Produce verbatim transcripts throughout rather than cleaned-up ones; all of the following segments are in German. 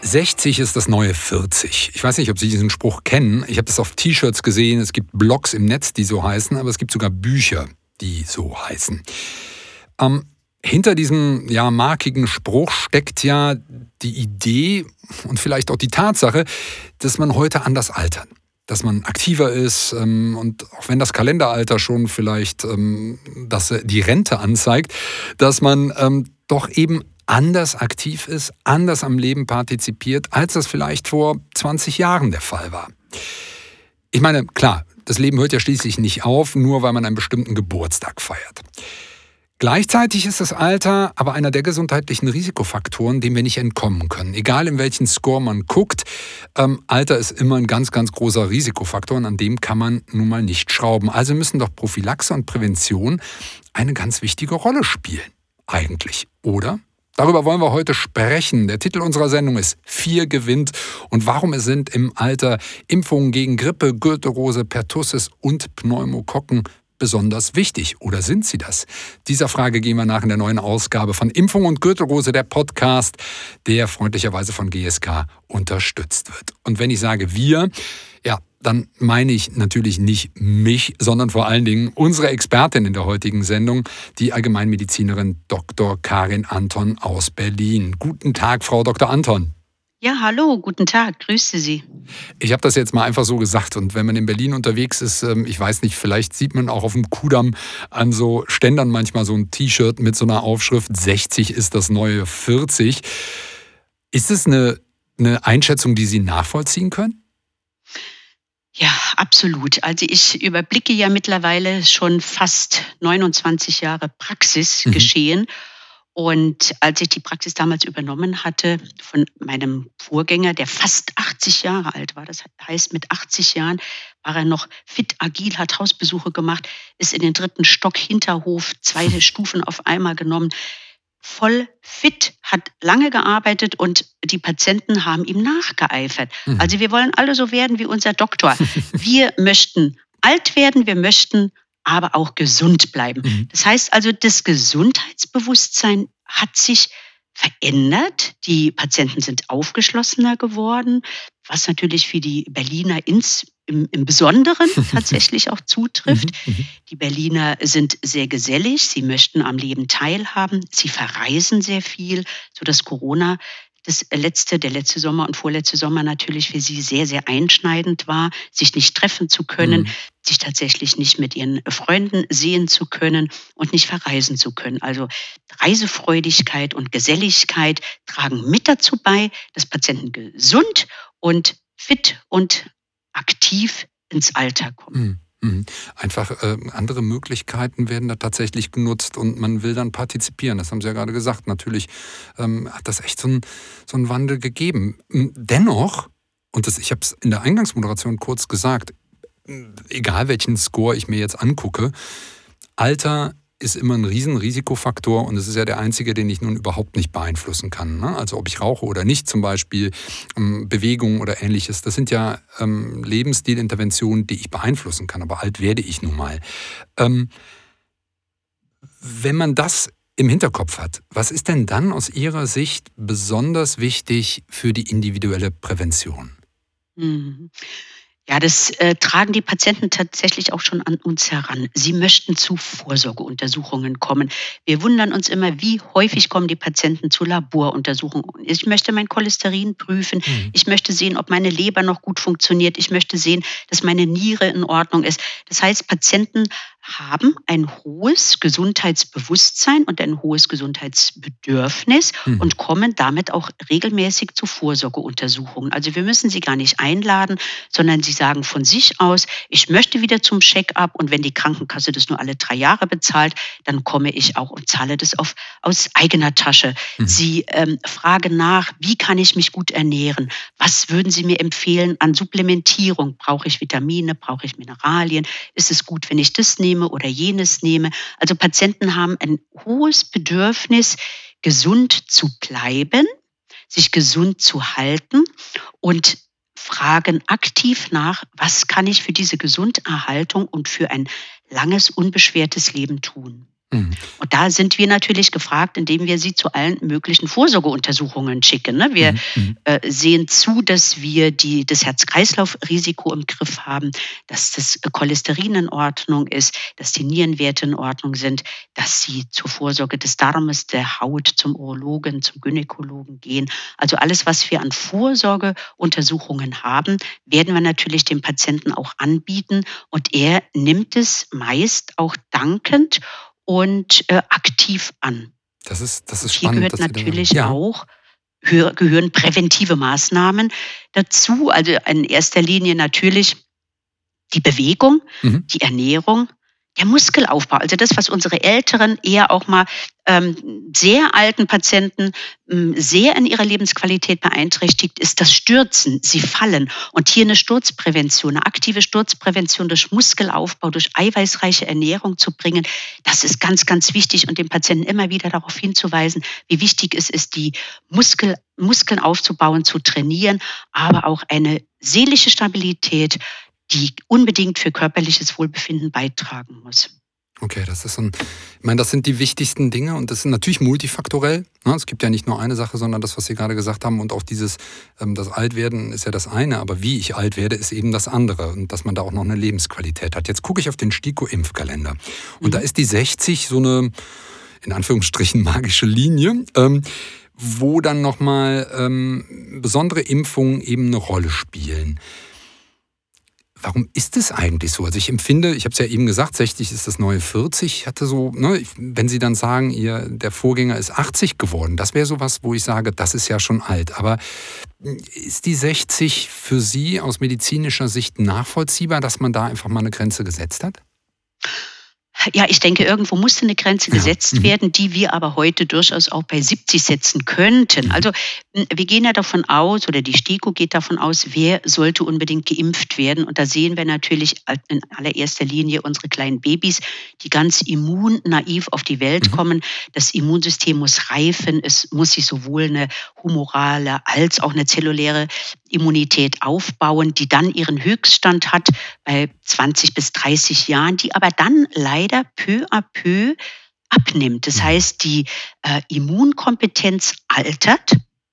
sechzig ist das neue vierzig. Ich weiß nicht, ob Sie diesen Spruch kennen. Ich habe das auf T-Shirts gesehen. Es gibt Blogs im Netz, die so heißen, aber es gibt sogar Bücher, die so heißen. Ähm, hinter diesem ja, markigen Spruch steckt ja die Idee und vielleicht auch die Tatsache, dass man heute anders altert. Dass man aktiver ist ähm, und auch wenn das Kalenderalter schon vielleicht ähm, das, die Rente anzeigt, dass man ähm, doch eben anders aktiv ist, anders am Leben partizipiert, als das vielleicht vor zwanzig Jahren der Fall war. Ich meine, klar, das Leben hört ja schließlich nicht auf, nur weil man einen bestimmten Geburtstag feiert. Gleichzeitig ist das Alter aber einer der gesundheitlichen Risikofaktoren, dem wir nicht entkommen können. Egal in welchen Score man guckt, ähm, Alter ist immer ein ganz, ganz großer Risikofaktor und an dem kann man nun mal nicht schrauben. Also müssen doch Prophylaxe und Prävention eine ganz wichtige Rolle spielen. Eigentlich, oder? Darüber wollen wir heute sprechen. Der Titel unserer Sendung ist vier gewinnt und warum es sind im Alter Impfungen gegen Grippe, Gürtelrose, Pertussis und Pneumokokken besonders wichtig. Oder sind sie das? Dieser Frage gehen wir nach in der neuen Ausgabe von Impfung und Gürtelrose, der Podcast, der freundlicherweise von G S K unterstützt wird. Und wenn ich sage wir, ja, dann meine ich natürlich nicht mich, sondern vor allen Dingen unsere Expertin in der heutigen Sendung, die Allgemeinmedizinerin Doktor Karin Anton aus Berlin. Guten Tag, Frau Doktor Anton. Ja, hallo, guten Tag, grüße Sie. Ich habe das jetzt mal einfach so gesagt und wenn man in Berlin unterwegs ist, ich weiß nicht, vielleicht sieht man auch auf dem Kudamm an so Ständern manchmal so ein T-Shirt mit so einer Aufschrift, sechzig ist das neue vierzig. Ist es eine, eine Einschätzung, die Sie nachvollziehen können? Ja, absolut. Also ich überblicke ja mittlerweile schon fast neunundzwanzig Jahre Praxisgeschehen. Mhm. Und als ich die Praxis damals übernommen hatte von meinem Vorgänger, der fast achtzig Jahre alt war, das heißt mit achtzig Jahren war er noch fit, agil, hat Hausbesuche gemacht, ist in den dritten Stock Hinterhof, zwei Stufen auf einmal genommen, voll fit, hat lange gearbeitet und die Patienten haben ihm nachgeeifert. Mhm. Also wir wollen alle so werden wie unser Doktor. Wir möchten alt werden, wir möchten aber auch gesund bleiben. Mhm. Das heißt also, das Gesundheitsbewusstsein hat sich verändert. Die Patienten sind aufgeschlossener geworden, was natürlich für die Berliner ins, im, im Besonderen tatsächlich auch zutrifft. Mhm. Die Berliner sind sehr gesellig, sie möchten am Leben teilhaben, sie verreisen sehr viel, sodass Corona das letzte, der letzte Sommer und vorletzte Sommer natürlich für sie sehr, sehr einschneidend war, sich nicht treffen zu können, mhm. sich tatsächlich nicht mit ihren Freunden sehen zu können und nicht verreisen zu können. Also Reisefreudigkeit und Geselligkeit tragen mit dazu bei, dass Patienten gesund und fit und aktiv ins Alter kommen. Mhm. Einfach äh, andere Möglichkeiten werden da tatsächlich genutzt und man will dann partizipieren. Das haben Sie ja gerade gesagt. Natürlich ähm, hat das echt so einen so einen Wandel gegeben. Dennoch, und das, ich habe es in der Eingangsmoderation kurz gesagt, egal welchen Score ich mir jetzt angucke, Alter ist immer ein Riesenrisikofaktor und es ist ja der einzige, den ich nun überhaupt nicht beeinflussen kann. Ne? Also ob ich rauche oder nicht zum Beispiel, ähm, Bewegung oder ähnliches. Das sind ja ähm, Lebensstilinterventionen, die ich beeinflussen kann. Aber alt werde ich nun mal. Ähm, wenn man das im Hinterkopf hat, was ist denn dann aus Ihrer Sicht besonders wichtig für die individuelle Prävention? Mhm. Ja, das äh, tragen die Patienten tatsächlich auch schon an uns heran. Sie möchten zu Vorsorgeuntersuchungen kommen. Wir wundern uns immer, wie häufig kommen die Patienten zu Laboruntersuchungen. Ich möchte mein Cholesterin prüfen. Mhm. Ich möchte sehen, ob meine Leber noch gut funktioniert. Ich möchte sehen, dass meine Niere in Ordnung ist. Das heißt, Patienten haben ein hohes Gesundheitsbewusstsein und ein hohes Gesundheitsbedürfnis mhm. und kommen damit auch regelmäßig zu Vorsorgeuntersuchungen. Also wir müssen sie gar nicht einladen, sondern sie sagen von sich aus, ich möchte wieder zum Check-up und wenn die Krankenkasse das nur alle drei Jahre bezahlt, dann komme ich auch und zahle das auf, aus eigener Tasche. Mhm. Sie ähm, fragen nach, wie kann ich mich gut ernähren? Was würden Sie mir empfehlen an Supplementierung? Brauche ich Vitamine? Brauche ich Mineralien? Ist es gut, wenn ich das nehme oder jenes nehme? Also Patienten haben ein hohes Bedürfnis, gesund zu bleiben, sich gesund zu halten und fragen aktiv nach, was kann ich für diese Gesunderhaltung und für ein langes, unbeschwertes Leben tun. Mhm. Und da sind wir natürlich gefragt, indem wir sie zu allen möglichen Vorsorgeuntersuchungen schicken. Ne? Wir Mhm. Mhm. äh, sehen zu, dass wir die, das Herz-Kreislauf-Risiko im Griff haben, dass das Cholesterin in Ordnung ist, dass die Nierenwerte in Ordnung sind, dass sie zur Vorsorge des Darmes, der Haut, zum Urologen, zum Gynäkologen gehen. Also alles, was wir an Vorsorgeuntersuchungen haben, werden wir natürlich dem Patienten auch anbieten. Und er nimmt es meist auch dankend und äh, aktiv an. Das ist, das ist Hier spannend, gehört dass Sie da sagen. natürlich Ja. auch, hö- gehören präventive Maßnahmen dazu. Also in erster Linie natürlich die Bewegung, Mhm. die Ernährung, der Muskelaufbau. Also das, was unsere älteren, eher auch mal ähm, sehr alten Patienten ähm, sehr in ihrer Lebensqualität beeinträchtigt, ist das Stürzen. Sie fallen. Und hier eine Sturzprävention, eine aktive Sturzprävention durch Muskelaufbau, durch eiweißreiche Ernährung zu bringen, das ist ganz, ganz wichtig. Und den Patienten immer wieder darauf hinzuweisen, wie wichtig es ist, die Muskel, Muskeln aufzubauen, zu trainieren, aber auch eine seelische Stabilität, die unbedingt für körperliches Wohlbefinden beitragen muss. Okay, das ist so ein, ich meine, das sind die wichtigsten Dinge und das sind natürlich multifaktorell. Ne? Es gibt ja nicht nur eine Sache, sondern das, was Sie gerade gesagt haben und auch dieses, ähm, das Altwerden ist ja das eine, aber wie ich alt werde, ist eben das andere und dass man da auch noch eine Lebensqualität hat. Jetzt gucke ich auf den STIKO-Impfkalender und Mhm. da ist die sechzig so eine, in Anführungsstrichen, magische Linie, ähm, wo dann nochmal ähm, besondere Impfungen eben eine Rolle spielen. Warum ist es eigentlich so? Also ich empfinde, ich habe es ja eben gesagt, sechzig ist das neue vierzig. Ich hatte so, ne, wenn Sie dann sagen, ihr, der Vorgänger ist achtzig geworden, das wäre sowas, wo ich sage, das ist ja schon alt. Aber ist die sechzig für Sie aus medizinischer Sicht nachvollziehbar, dass man da einfach mal eine Grenze gesetzt hat? Ja, ich denke, irgendwo musste eine Grenze Ja. gesetzt Mhm. werden, die wir aber heute durchaus auch bei siebzig setzen könnten. Mhm. Also m, wir gehen ja davon aus, oder die STIKO geht davon aus, wer sollte unbedingt geimpft werden. Und da sehen wir natürlich in allererster Linie unsere kleinen Babys, die ganz immunnaiv auf die Welt Mhm. kommen. Das Immunsystem muss reifen, es muss sich sowohl eine humorale als auch eine zelluläre Immunität aufbauen, die dann ihren Höchststand hat bei zwanzig bis dreißig Jahren, die aber dann leider peu à peu abnimmt. Das Mhm. heißt, die äh, Immunkompetenz altert,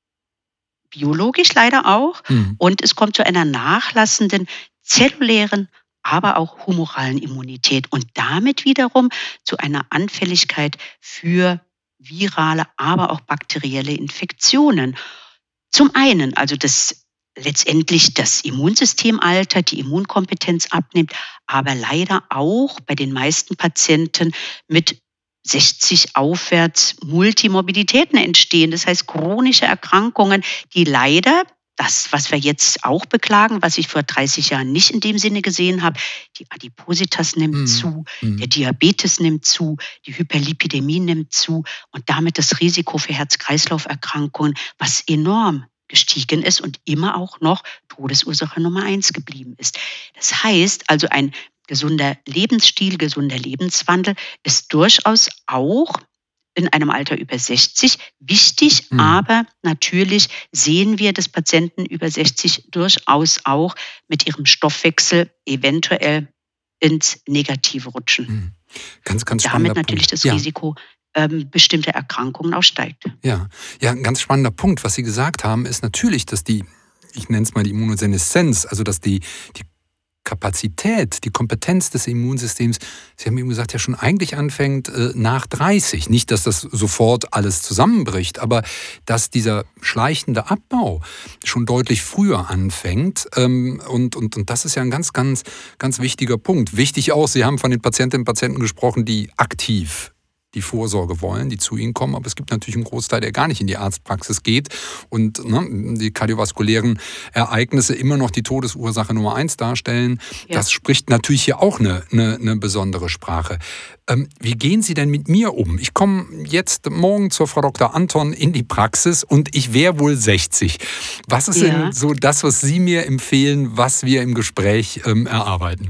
biologisch leider auch, Mhm. und es kommt zu einer nachlassenden zellulären, aber auch humoralen Immunität und damit wiederum zu einer Anfälligkeit für virale, aber auch bakterielle Infektionen. Zum einen, also das letztendlich das Immunsystem altert, die Immunkompetenz abnimmt, aber leider auch bei den meisten Patienten mit sechzig aufwärts Multimorbiditäten entstehen. Das heißt chronische Erkrankungen, die leider, das, was wir jetzt auch beklagen, was ich vor dreißig Jahren nicht in dem Sinne gesehen habe, die Adipositas nimmt Mhm. zu, Mhm. der Diabetes nimmt zu, die Hyperlipidämie nimmt zu und damit das Risiko für Herz-Kreislauf-Erkrankungen, was enorm gestiegen ist und immer auch noch Todesursache Nummer eins geblieben ist. Das heißt also, ein gesunder Lebensstil, gesunder Lebenswandel ist durchaus auch in einem Alter über sechzig wichtig, Mhm. aber natürlich sehen wir, dass Patienten über sechzig durchaus auch mit ihrem Stoffwechsel eventuell ins Negative rutschen. Mhm. Ganz, ganz Damit spannender natürlich Punkt. das Ja. Risiko ähm, bestimmter Erkrankungen auch steigt. Ja, ja, ein ganz spannender Punkt. Was Sie gesagt haben, ist natürlich, dass die, ich nenne es mal die Immunoseneszenz, also dass die, die Kapazität, die Kompetenz des Immunsystems, Sie haben eben gesagt, ja schon eigentlich anfängt äh, nach dreißig. Nicht, dass das sofort alles zusammenbricht, aber dass dieser schleichende Abbau schon deutlich früher anfängt. Ähm, und, und, und das ist ja ein ganz, ganz, ganz wichtiger Punkt. Wichtig auch, Sie haben von den Patientinnen und Patienten gesprochen, die aktiv die Vorsorge wollen, die zu ihnen kommen. Aber es gibt natürlich einen Großteil, der gar nicht in die Arztpraxis geht und ne, die kardiovaskulären Ereignisse immer noch die Todesursache Nummer eins darstellen. Ja. Das spricht natürlich hier auch eine, eine, eine besondere Sprache. Ähm, wie gehen Sie denn mit mir um? Ich komme jetzt morgen zur Frau Doktor Anton in die Praxis und ich wäre wohl sechzig. Was ist Ja. denn so das, was Sie mir empfehlen, was wir im Gespräch ähm, erarbeiten?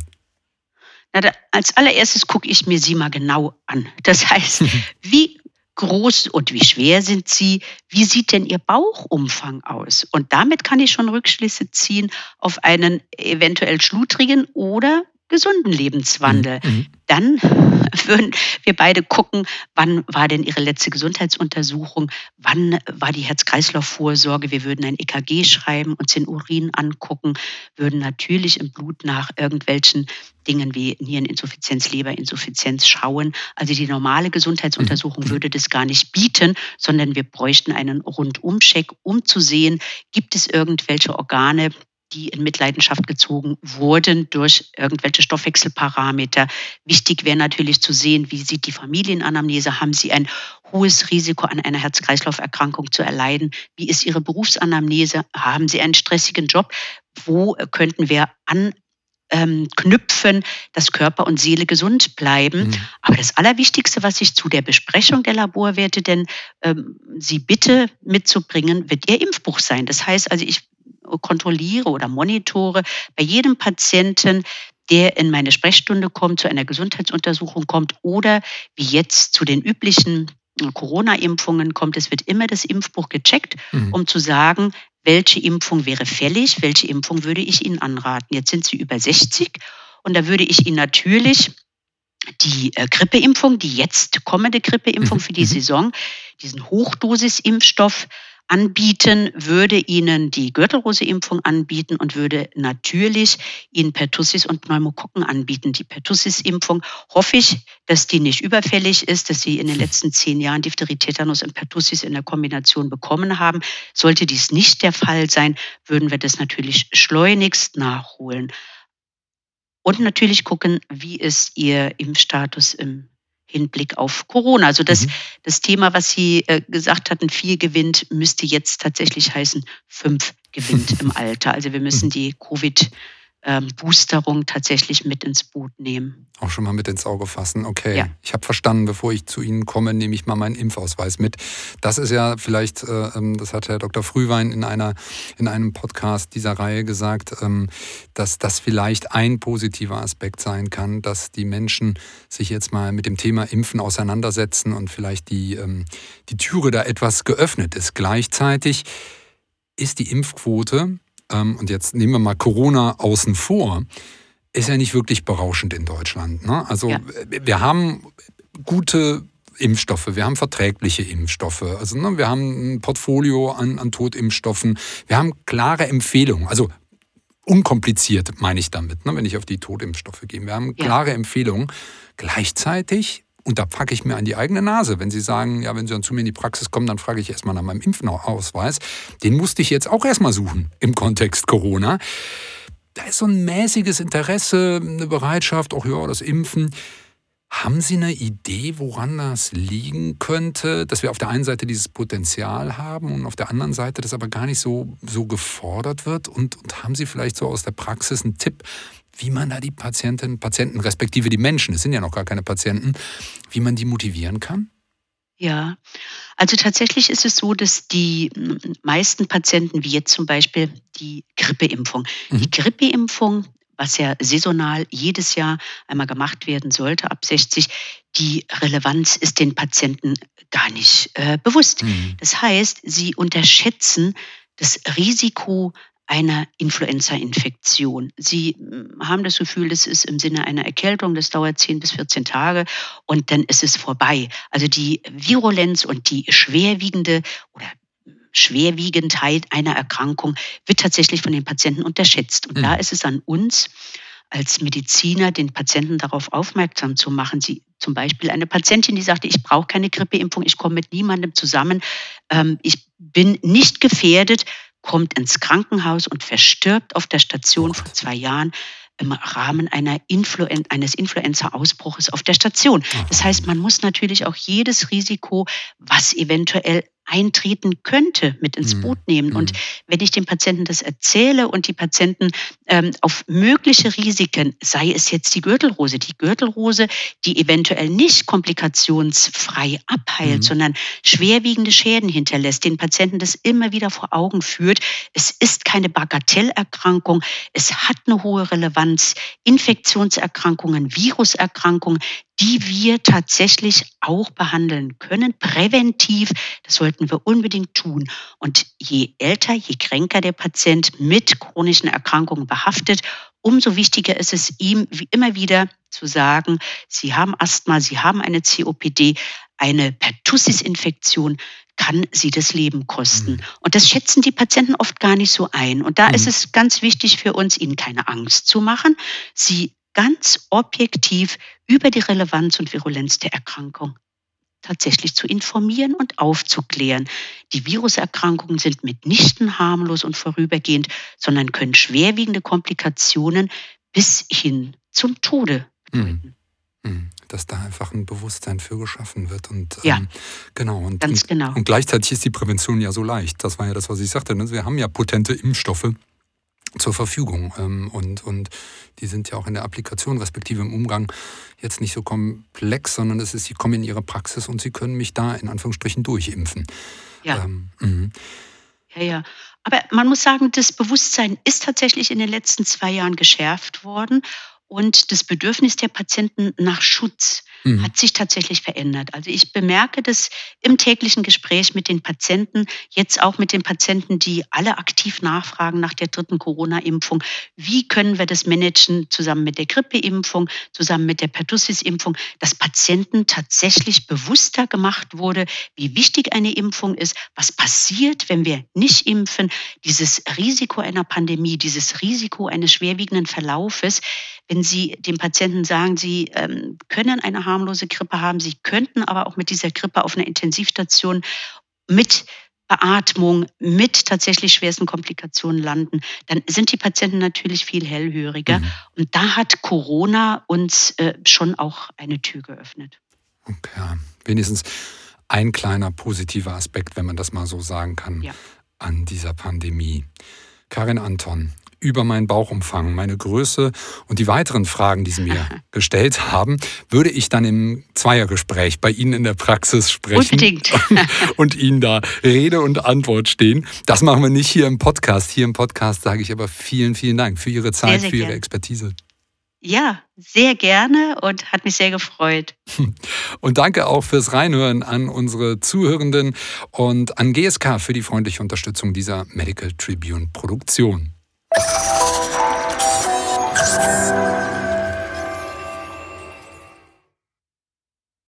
Na, da, als allererstes gucke ich mir Sie mal genau an. Das heißt, wie groß und wie schwer sind Sie? Wie sieht denn Ihr Bauchumfang aus? Und damit kann ich schon Rückschlüsse ziehen auf einen eventuell schludrigen oder gesunden Lebenswandel. Mhm. Dann würden wir beide gucken, wann war denn Ihre letzte Gesundheitsuntersuchung, wann war die Herz-Kreislauf-Vorsorge. Wir würden ein E K G schreiben, uns den Urin angucken, würden natürlich im Blut nach irgendwelchen Dingen wie Niereninsuffizienz, Leberinsuffizienz schauen. Also die normale Gesundheitsuntersuchung Mhm. würde das gar nicht bieten, sondern wir bräuchten einen Rundumcheck, um zu sehen, gibt es irgendwelche Organe, die in Mitleidenschaft gezogen wurden durch irgendwelche Stoffwechselparameter. Wichtig wäre natürlich zu sehen, wie sieht die Familienanamnese, haben Sie ein hohes Risiko an einer Herz-Kreislauf-Erkrankung zu erleiden, wie ist Ihre Berufsanamnese, haben Sie einen stressigen Job, wo könnten wir anknüpfen, dass Körper und Seele gesund bleiben. Mhm. Aber das Allerwichtigste, was ich zu der Besprechung der Laborwerte denn ähm, Sie bitte mitzubringen, wird Ihr Impfbuch sein. Das heißt also, ich kontrolliere oder monitore bei jedem Patienten, der in meine Sprechstunde kommt, zu einer Gesundheitsuntersuchung kommt oder wie jetzt zu den üblichen Corona-Impfungen kommt. Es wird immer das Impfbuch gecheckt, Mhm. um zu sagen, welche Impfung wäre fällig, welche Impfung würde ich Ihnen anraten. Jetzt sind Sie über sechzig und da würde ich Ihnen natürlich die äh, Grippeimpfung, die jetzt kommende Grippeimpfung Mhm. für die Mhm. Saison, diesen Hochdosisimpfstoff anbieten, würde Ihnen die Gürtelrose-Impfung anbieten und würde natürlich Ihnen Pertussis und Pneumokokken anbieten. Die Pertussis-Impfung hoffe ich, dass die nicht überfällig ist, dass Sie in den letzten zehn Jahren Diphtherie, Tetanus und Pertussis in der Kombination bekommen haben. Sollte dies nicht der Fall sein, würden wir das natürlich schleunigst nachholen. Und natürlich gucken, wie ist Ihr Impfstatus im Hinblick auf Corona. Also das, Mhm. das Thema, was Sie äh, gesagt hatten, vier gewinnt, müsste jetzt tatsächlich heißen, fünf gewinnt im Alter. Also wir müssen die Covid-Boosterung tatsächlich mit ins Boot nehmen. Auch schon mal mit ins Auge fassen. Okay, Ja. ich habe verstanden, bevor ich zu Ihnen komme, nehme ich mal meinen Impfausweis mit. Das ist ja vielleicht, äh, ähm, das hat Herr Doktor Frühwein in einer, in einem Podcast dieser Reihe gesagt, ähm, dass das vielleicht ein positiver Aspekt sein kann, dass die Menschen sich jetzt mal mit dem Thema Impfen auseinandersetzen und vielleicht die, ähm, die Türe da etwas geöffnet ist. Gleichzeitig ist die Impfquote, ähm, und jetzt nehmen wir mal Corona außen vor, ist ja nicht wirklich berauschend in Deutschland. Ne? Also Ja. wir haben gute Impfstoffe, wir haben verträgliche Impfstoffe, also ne, wir haben ein Portfolio an, an Totimpfstoffen, wir haben klare Empfehlungen, also unkompliziert meine ich damit, ne, wenn ich auf die Totimpfstoffe gehe. Wir haben Ja. klare Empfehlungen. Gleichzeitig, und da packe ich mir an die eigene Nase, wenn Sie sagen, ja, wenn Sie dann zu mir in die Praxis kommen, dann frage ich erstmal nach meinem Impfausweis. Den musste ich jetzt auch erstmal suchen im Kontext Corona. Da ist so ein mäßiges Interesse, eine Bereitschaft, auch ja, das Impfen. Haben Sie eine Idee, woran das liegen könnte, dass wir auf der einen Seite dieses Potenzial haben und auf der anderen Seite das aber gar nicht so, so gefordert wird? Und, und haben Sie vielleicht so aus der Praxis einen Tipp, wie man da die Patientinnen, Patienten, respektive die Menschen, es sind ja noch gar keine Patienten, wie man die motivieren kann? Ja, also tatsächlich ist es so, dass die m, meisten Patienten, wie jetzt zum Beispiel die Grippeimpfung, die Mhm. Grippeimpfung, was ja saisonal jedes Jahr einmal gemacht werden sollte ab sechzig, die Relevanz ist den Patienten gar nicht äh, bewusst. Mhm. Das heißt, sie unterschätzen das Risiko einer Influenza-Infektion. Sie mm, haben das Gefühl, das ist im Sinne einer Erkältung, das dauert zehn bis vierzehn Tage und dann ist es vorbei. Also die Virulenz und die schwerwiegende oder Schwerwiegendheit einer Erkrankung wird tatsächlich von den Patienten unterschätzt. Und da Mhm. ist es an uns als Mediziner, den Patienten darauf aufmerksam zu machen. Sie, zum Beispiel eine Patientin, die sagte, ich brauche keine Grippeimpfung, ich komme mit niemandem zusammen, ähm, ich bin nicht gefährdet, kommt ins Krankenhaus und verstirbt auf der Oh Station vor Gott. zwei Jahren im Rahmen einer Influen eines Influenza-Ausbruches auf der Station. Ach, Das heißt, Wahnsinn. man muss natürlich auch jedes Risiko, was eventuell eintreten könnte, mit ins Boot Mhm. nehmen. Und Mhm. wenn ich den Patienten das erzähle und die Patienten ähm, auf mögliche Risiken, sei es jetzt die Gürtelrose, die Gürtelrose, die eventuell nicht komplikationsfrei abheilt, Mhm. sondern schwerwiegende Schäden hinterlässt, den Patienten das immer wieder vor Augen führt. Es ist keine Bagatellerkrankung, es hat eine hohe Relevanz. Infektionserkrankungen, Viruserkrankungen, die wir tatsächlich auch behandeln können, präventiv. Das sollten wir unbedingt tun. Und je älter, je kränker der Patient mit chronischen Erkrankungen behaftet, umso wichtiger ist es ihm, wie immer wieder zu sagen, Sie haben Asthma, Sie haben eine C O P D, eine Pertussis-Infektion kann Sie das Leben kosten. Mhm. Und das schätzen die Patienten oft gar nicht so ein. Und da ist Mhm. es ganz wichtig für uns, ihnen keine Angst zu machen, sie ganz objektiv über die Relevanz und Virulenz der Erkrankung tatsächlich zu informieren und aufzuklären. Die Viruserkrankungen sind mitnichten harmlos und vorübergehend, sondern können schwerwiegende Komplikationen bis hin zum Tode Mhm. bedeuten. Mhm. Dass da einfach ein Bewusstsein für geschaffen wird. Und Ja, ähm, genau, und, ganz und, genau. und gleichzeitig ist die Prävention ja so leicht. Das war ja das, was ich sagte. Ne? Wir haben ja potente Impfstoffe zur Verfügung. Ähm, und, und die sind ja auch in der Applikation, respektive im Umgang, jetzt nicht so komplex, sondern es ist, sie kommen in ihre Praxis und sie können mich da in Anführungsstrichen durchimpfen. Ja. Ähm, mhm. Ja, ja. Aber man muss sagen, das Bewusstsein ist tatsächlich in den letzten zwei Jahren geschärft worden und das Bedürfnis der Patienten nach Schutz Mhm. hat sich tatsächlich verändert. Also ich bemerke das im täglichen Gespräch mit den Patienten, jetzt auch mit den Patienten, die alle aktiv nachfragen nach der dritten Corona-Impfung. Wie können wir das managen zusammen mit der Grippeimpfung, zusammen mit der Pertussis-Impfung, dass Patienten tatsächlich bewusster gemacht wurde, wie wichtig eine Impfung ist, was passiert, wenn wir nicht impfen, dieses Risiko einer Pandemie, dieses Risiko eines schwerwiegenden Verlaufes. Wenn Sie dem Patienten sagen, Sie ähm, können eine harmlose Grippe haben, Sie könnten aber auch mit dieser Grippe auf einer Intensivstation mit Beatmung, mit tatsächlich schwersten Komplikationen landen, dann sind die Patienten natürlich viel hellhöriger. Mhm. Und da hat Corona uns äh, schon auch eine Tür geöffnet. Okay, ja. Wenigstens ein kleiner positiver Aspekt, wenn man das mal so sagen kann, Ja. an dieser Pandemie. Karin Anton, über meinen Bauchumfang, meine Größe und die weiteren Fragen, die Sie mir gestellt haben, würde ich dann im Zweiergespräch bei Ihnen in der Praxis sprechen Unbedingt. und Ihnen da Rede und Antwort stehen. Das machen wir nicht hier im Podcast. Hier im Podcast sage ich aber vielen, vielen Dank für Ihre Zeit, Sehr, sehr für Ihre gern. Expertise. Ja, sehr gerne und hat mich sehr gefreut. Und danke auch fürs Reinhören an unsere Zuhörenden und an G S K für die freundliche Unterstützung dieser Medical Tribune Produktion.